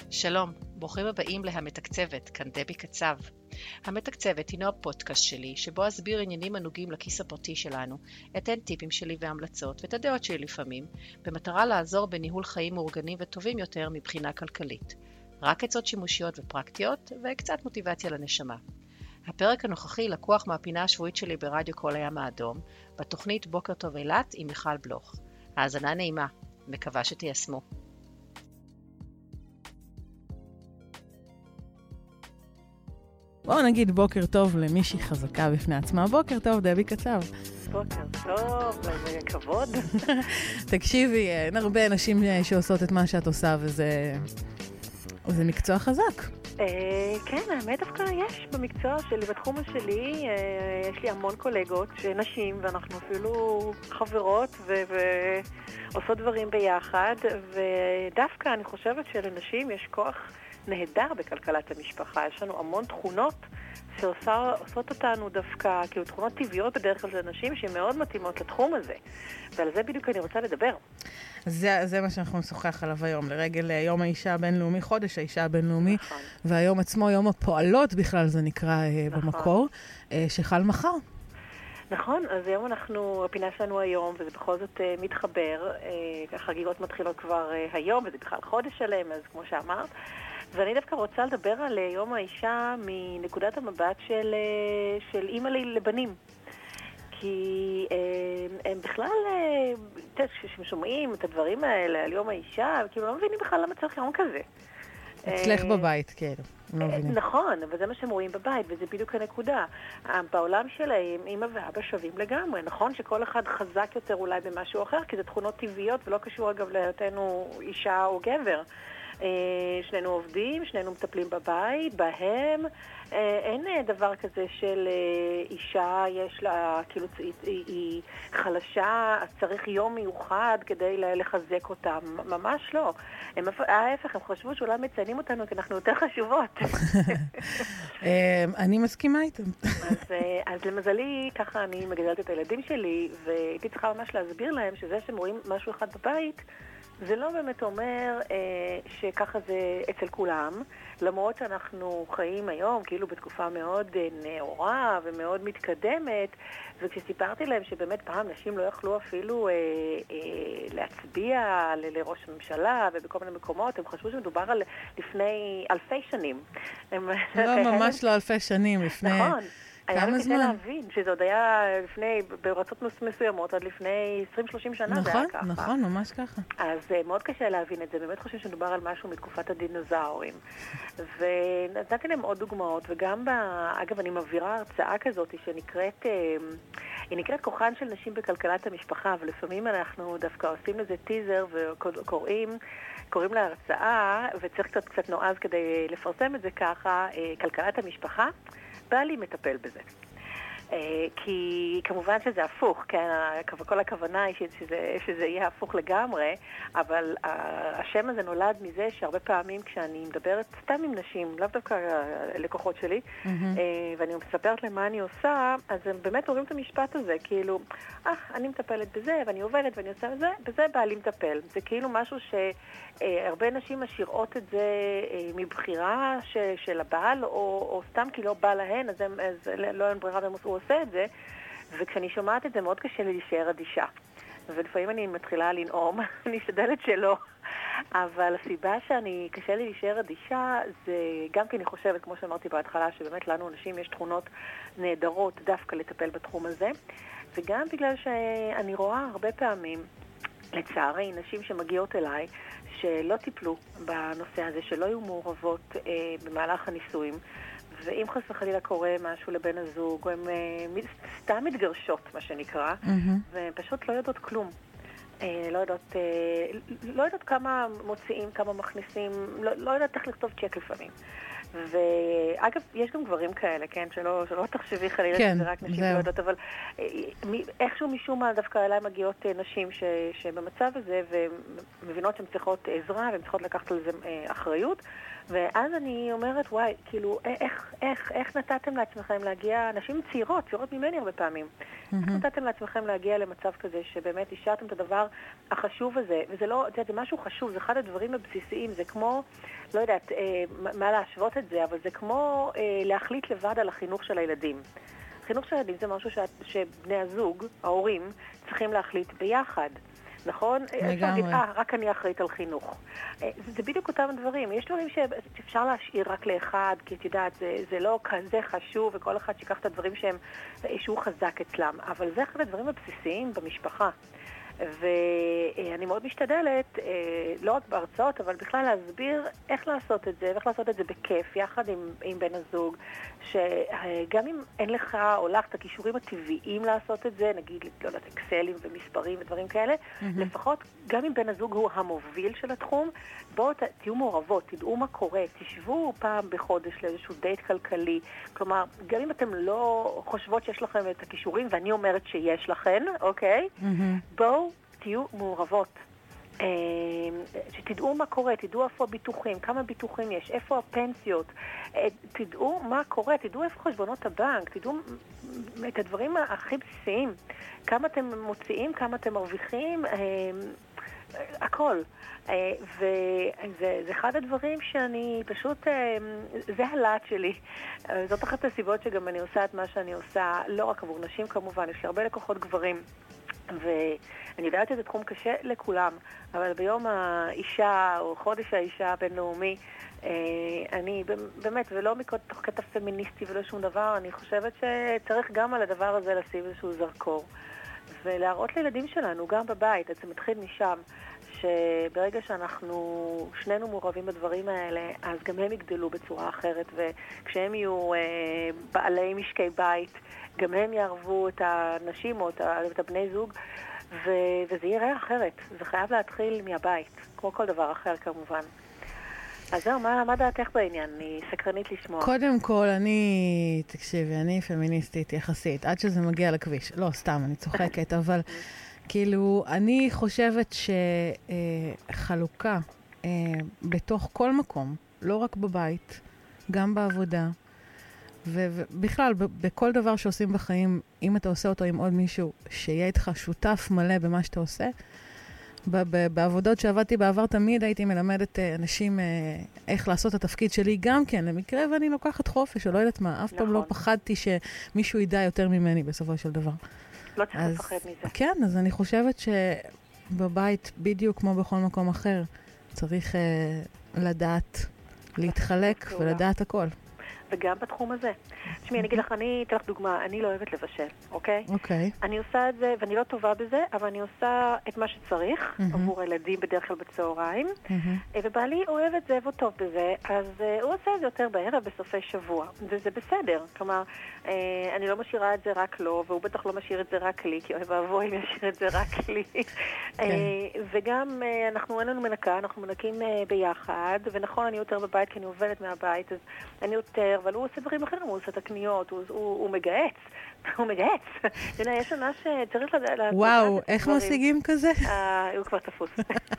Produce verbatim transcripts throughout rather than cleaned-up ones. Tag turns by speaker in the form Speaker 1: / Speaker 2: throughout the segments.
Speaker 1: שלום, ברוכים הבאים להמתקצבת, כאן דבי קצב. המתקצבת הינו הפודקאסט שלי, שבו אסביר עניינים הנוגעים לכיס הפרטי שלנו, אתן טיפים שלי והמלצות ואת הדעות שלי לפעמים, במטרה לעזור בניהול חיים מאורגנים וטובים יותר מבחינה כלכלית. רק עצות שימושיות ופרקטיות, וקצת מוטיבציה לנשמה. הפרק הנוכחי לקוח מהפינה השבועית שלי ברדיו כל הים האדום, בתוכנית בוקר טוב אילת עם מיכל בלוך. האזנה נעימה, מקווה שתיישמו.
Speaker 2: בואו נגיד בוקר טוב למישהי חזקה בפני עצמה. בוקר טוב, דבי קצב.
Speaker 3: בוקר טוב, זה כבוד.
Speaker 2: תקשיבי, אין הרבה נשים שעושות את מה שאת עושה, וזה זה מקצוע חזק.
Speaker 3: כן, האמת דווקא יש במקצוע שלי, בתחום שלי, יש לי המון קולגות שנשים, ואנחנו אפילו חברות ועושות דברים ביחד, ודווקא אני חושבת שלנשים יש כוח נהדר בכלכלת המשפחה. יש לנו המון תכונות שעושות אותנו דווקא, כאילו תכונות טבעיות בדרך כלל של נשים שהן מאוד מתאימות לתחום הזה. ועל זה בדיוק אני רוצה לדבר.
Speaker 2: זה, זה מה שאנחנו נשוחח עליו היום, לרגל יום האישה הבינלאומי, חודש האישה הבינלאומי, נכון. והיום עצמו יום הפועלות בכלל זה נקרא נכון. במקור, שחל מחר.
Speaker 3: נכון, אז היום אנחנו, הפינה שלנו היום, וזה בכל זאת uh, מתחבר, uh, החגיגות מתחילות כבר uh, היום, וזה בכלל חודש שלם, אז כמו שאמרת, ואני דווקא רוצה לדבר על uh, יום האישה מנקודת המבט של, uh, של אימא לבנים. כי uh, הם בכלל, uh, כששומעים את הדברים האלה על יום האישה, כאילו לא מבינים בכלל למה צריך יום כזה.
Speaker 2: אצלך בבית, כן.
Speaker 3: נכון, אבל זה מה שהם רואים בבית, וזה בדיוק הנקודה. בעולם שלהם, אמא ואבא שווים לגמרי. נכון שכל אחד חזק יותר אולי במשהו אחר, כי זה תכונות טבעיות, ולא קשור אגב להיותנו אישה או גבר. שנינו עובדים, שנינו מטפלים בבית, בהם. אין דבר כזה של אישה, יש לה, כאילו, היא חלשה, אז צריך יום מיוחד כדי לחזק אותה. ממש לא. ההפך, הם חשבו שאולי מציינים אותנו כי אנחנו יותר חשובות.
Speaker 2: אני מסכימה איתם.
Speaker 3: אז למזלי, ככה אני מגדלת את הילדים שלי, והייתי צריכה ממש להסביר להם שזה שהם רואים משהו אחד בבית, זה לא באמת אומר אה, שככה זה אצל כולם, למרות שאנחנו חיים היום כאילו בתקופה מאוד אה, נאורה ומאוד מתקדמת, וכשסיפרתי להם שבאמת פעם נשים לא יכלו אפילו אה, אה, להצביע ל- לראש הממשלה ובכל מיני מקומות, הם חשבו שמדובר על לפני אלפי שנים. הם,
Speaker 2: לא, ממש לא אלפי שנים, לפני...
Speaker 3: נכון. היה
Speaker 2: כמה
Speaker 3: לי
Speaker 2: זמן?
Speaker 3: כדי להבין שזה עוד היה לפני, בארצות מסוימות, עד לפני עשרים שלושים שנה
Speaker 2: נכון,
Speaker 3: זה היה ככה.
Speaker 2: נכון, ממש ככה.
Speaker 3: אז מאוד קשה להבין את זה, באמת חושבים שמדובר על משהו מתקופת הדינוזאורים. ונתתי להם עוד דוגמאות, וגם, ב... אגב, אני מעבירה הרצאה כזאת שנקראת, היא נקראת כוחן של נשים בכלכלת המשפחה, ולפעמים אנחנו דווקא עושים לזה טיזר וקוראים, קוראים לה הרצאה, וצריך קצת, קצת נועז כדי לפרסם את זה ככה, כלכלת המשפחה. בעלי מטפל בזה. כי כמובן שזה הפוך, כן, כל הכוונה היא שזה, שזה יהיה הפוך לגמרי, אבל השם הזה נולד מזה שהרבה פעמים כשאני מדברת סתם עם נשים, לאו דווקא לקוחות שלי, mm-hmm. ואני מספרת להם מה אני עושה, אז הם באמת אומרים את המשפט הזה, כאילו, אה, אני מטפלת בזה, ואני עובדת ואני עושה את זה, בזה בעלי מטפל. זה כאילו משהו שהרבה נשים משאירות את זה מבחירה של, של הבעל, או, או סתם כי לא בא להן, אז, הם, אז לא אין ברירה והם עושה את זה, וכשאני שומעת את זה מאוד קשה לי להישאר אדישה. ולפעמים אני מתחילה לנאום, אני אשתדלת שלא. אבל הסיבה שאני קשה לי להישאר אדישה, זה גם כי אני חושבת, כמו שאמרתי בהתחלה, שבאמת לנו נשים יש תכונות נהדרות דווקא לטפל בתחום הזה, וגם בגלל שאני רואה הרבה פעמים, לצערי, נשים שמגיעות אליי, שלא טיפלו בנושא הזה, שלא היו מעורבות אה, במהלך הנישואים, ואם חס וחלילה קורה משהו לבן הזוג, הם uh, סתם מתגרשות, מה שנקרא, mm-hmm. ופשוט לא יודעות כלום. Uh, לא יודעות, uh, לא יודעות כמה מוציאים, כמה מכניסים, לא, לא יודעת איך לכתוב צ'ק לפעמים. ואגב, יש גם גברים כאלה, כן, שלא, שלא תחשבי חלילה, כן, שזה רק נשים לא יודעות, אבל uh, איכשהו משום מה דווקא אליי מגיעות uh, נשים ש, שבמצב הזה, ומבינות שהן צריכות עזרה, והן צריכות לקחת על זה uh, אחריות, ואז אני אומרת, וואי, כאילו, איך, איך, איך נתתם לעצמכם להגיע, נשים צעירות, צעירות ממני הרבה פעמים, mm-hmm. איך נתתם לעצמכם להגיע למצב כזה שבאמת השארתם את הדבר החשוב הזה, וזה לא, זה, זה משהו חשוב, זה אחד הדברים הבסיסיים, זה כמו, לא יודעת אה, מה להשוות את זה, אבל זה כמו אה, להחליט לבד על החינוך של הילדים. חינוך של הילדים זה משהו ש, שבני הזוג, ההורים, צריכים להחליט ביחד. נכון? אפשר להגיד, אה, רק אני אחראית על חינוך. זה, זה בדיוק אותם דברים. יש דברים שאפשר להשאיר רק לאחד, כי את יודעת, זה, זה לא כזה חשוב, וכל אחד שיקח את הדברים שהם, שהוא חזק אצלם. אבל זה אחד הדברים הבסיסיים במשפחה. ואני מאוד משתדלת, לא רק בהרצאות, אבל בכלל להסביר איך לעשות את זה, ואיך לעשות את זה בכיף, יחד עם, עם בן הזוג, שגם אם אין לך או לך את הכישורים הטבעיים לעשות את זה, נגיד, לא יודעת, אקסלים ומספרים ודברים כאלה, mm-hmm. לפחות גם אם בן הזוג הוא המוביל של התחום, בואו תהיו מעורבות, תדעו מה קורה, תשבו פעם בחודש לאיזשהו דייט כלכלי, כלומר, גם אם אתם לא חושבות שיש לכם את הכישורים, ואני אומרת שיש לכם, אוקיי? Mm-hmm. בואו תהיו מעורבות. שתדעו מה קורה, תדעו איפה הביטוחים, כמה ביטוחים יש, איפה הפנסיות, תדעו מה קורה, תדעו איפה חשבונות הבנק, תדעו את הדברים הכי בסיסיים, כמה אתם מוציאים, כמה אתם מרוויחים, הכל. וזה אחד הדברים שאני פשוט, זה הלהט שלי. זאת אחת הסיבות שגם אני עושה את מה שאני עושה, לא רק עבור נשים כמובן, יש לי הרבה לקוחות גברים. ואני יודעת שזה תחום קשה לכולם, אבל ביום האישה או חודש האישה הבינלאומי, אני באמת, ולא מתוך קטע פמיניסטי ולא שום דבר, אני חושבת שצריך גם על הדבר הזה לשים איזשהו זרקור. ולהראות לילדים שלנו, גם בבית, זה מתחיל משם, שברגע שאנחנו שנינו מעורבים בדברים האלה, אז גם הם יגדלו בצורה אחרת, וכשהם יהיו אה, בעלי משקי בית, גם הם יערבו את הנשים או את הבני זוג, ו- וזה יראה אחרת. זה חייב להתחיל מהבית, כמו כל דבר אחר כמובן. אז זהו, מה, מה דעתך בעניין? אני סקרנית לשמוע.
Speaker 2: קודם כל, אני, תקשיבי, אני פמיניסטית יחסית, עד שזה מגיע לכביש. לא, סתם, אני צוחקת, אבל כאילו, אני חושבת שחלוקה אה, בתוך כל מקום, לא רק בבית, גם בעבודה, ובכלל, בכל דבר שעושים בחיים, אם אתה עושה אותו עם עוד מישהו, שיהיה איתך שותף מלא במה שאתה עושה, בעבודות שעבדתי בעבר תמיד הייתי מלמדת אנשים איך לעשות את התפקיד שלי גם כן, למקרה ואני לוקחת חופש, או לא יודעת מה, אף פעם לא פחדתי שמישהו ידע יותר ממני בסופו של דבר.
Speaker 3: לא צריך לפחד מזה.
Speaker 2: כן, אז אני חושבת שבבית, בדיוק כמו בכל מקום אחר, צריך לדעת להתחלק ולדעת הכל.
Speaker 3: וגם בתחום הזה. תשמעי, אני אגיד לך, אני אתן לך דוגמה, אני לא אוהבת לבשל, אוקיי?
Speaker 2: אוקיי.
Speaker 3: אני עושה את זה, ואני לא טובה בזה, אבל אני עושה את מה שצריך, עבור הילדים בדרך כלל בצהריים, ובעלי אוהב את זה והוא טוב בזה, אז הוא עושה את זה יותר בערב בסופי שבוע, וזה בסדר. כלומר, אני לא משאירה את זה רק לו, והוא בטח לא משאיר את זה רק לי, כי אוהב אבוי אם ישאיר את זה רק לי. וגם אנחנו, אין לנו מנקה, אנחנו מנקים ביחד, ונכון, אני יותר בבית, כי אני עובדת מהבית, אז אני יותר, אבל הוא עושה דברים אחרים, הוא עושה את הקניות, הוא, הוא, הוא מגהץ, הוא מגהץ. הנה, יש עונה שצריך לדעת...
Speaker 2: וואו, איך משיגים כזה?
Speaker 3: הוא כבר תפוס.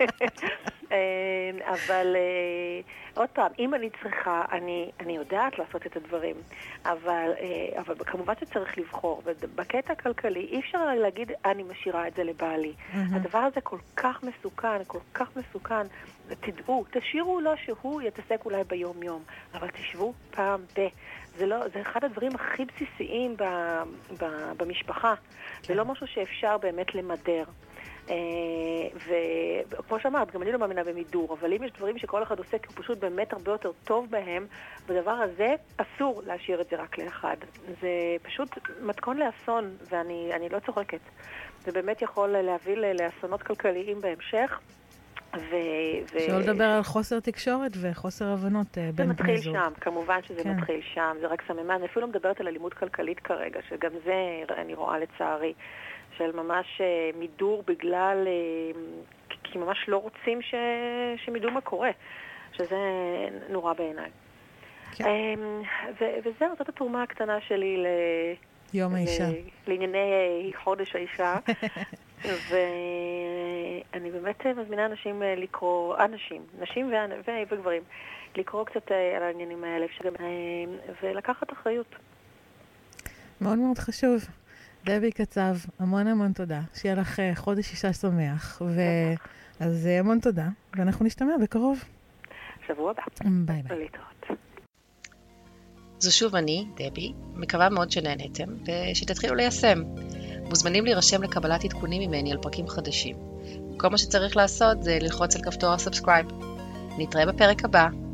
Speaker 3: אבל עוד פעם, אם אני צריכה, אני, אני יודעת לעשות את הדברים, אבל, אבל כמובן שצריך לבחור, ובקטע הכלכלי אי אפשר להגיד, אני משאירה את זה לבעלי. הדבר הזה כל כך מסוכן, כל כך מסוכן, תדעו, תשאירו לו שהוא יתעסק אולי ביום יום, אבל תשבו פעם ב... זה, לא, זה אחד הדברים הכי בסיסיים ב, ב, במשפחה, זה לא משהו שאפשר באמת למדר. וכמו שאמרת, גם אני לא מאמינה במידור, אבל אם יש דברים שכל אחד עושה, כי הוא פשוט באמת הרבה יותר טוב בהם, בדבר הזה אסור להשאיר את זה רק לאחד. זה פשוט מתכון לאסון, ואני אני לא צוחקת. זה באמת יכול להביא לאסונות כלכליים בהמשך.
Speaker 2: שלא לדבר על חוסר תקשורת וחוסר הבנות בין בני זוג.
Speaker 3: זה מתחיל שם, כמובן שזה מתחיל שם, זה רק סממן. אני אפילו לא מדברת על אלימות כלכלית כרגע, שגם זה אני רואה לצערי. של ממש מידור בגלל, כי ממש לא רוצים ש, שמידור מה קורה, שזה נורא בעיניי. כן. ו, וזהו, זאת התרומה הקטנה שלי ל...
Speaker 2: יום האישה.
Speaker 3: לענייני חודש האישה, ואני באמת מזמינה אנשים לקרוא, אנשים, נשים וגברים, לקרוא קצת על העניינים האלה, ולקחת אחריות.
Speaker 2: מאוד מאוד חשוב. דבי קצב, המון המון תודה. שיהיה לך חודש אישה שמח. אז המון תודה, ואנחנו נשתמע בקרוב.
Speaker 3: שבוע הבא.
Speaker 2: ביי ביי.
Speaker 3: להתראות.
Speaker 1: זו שוב אני, דבי, מקווה מאוד שנהנתם, ושתתחילו ליישם. מוזמנים להירשם לקבלת עדכונים ממני על פרקים חדשים. כל מה שצריך לעשות זה ללחוץ על כפתור הסאבסקרייב. נתראה בפרק הבא.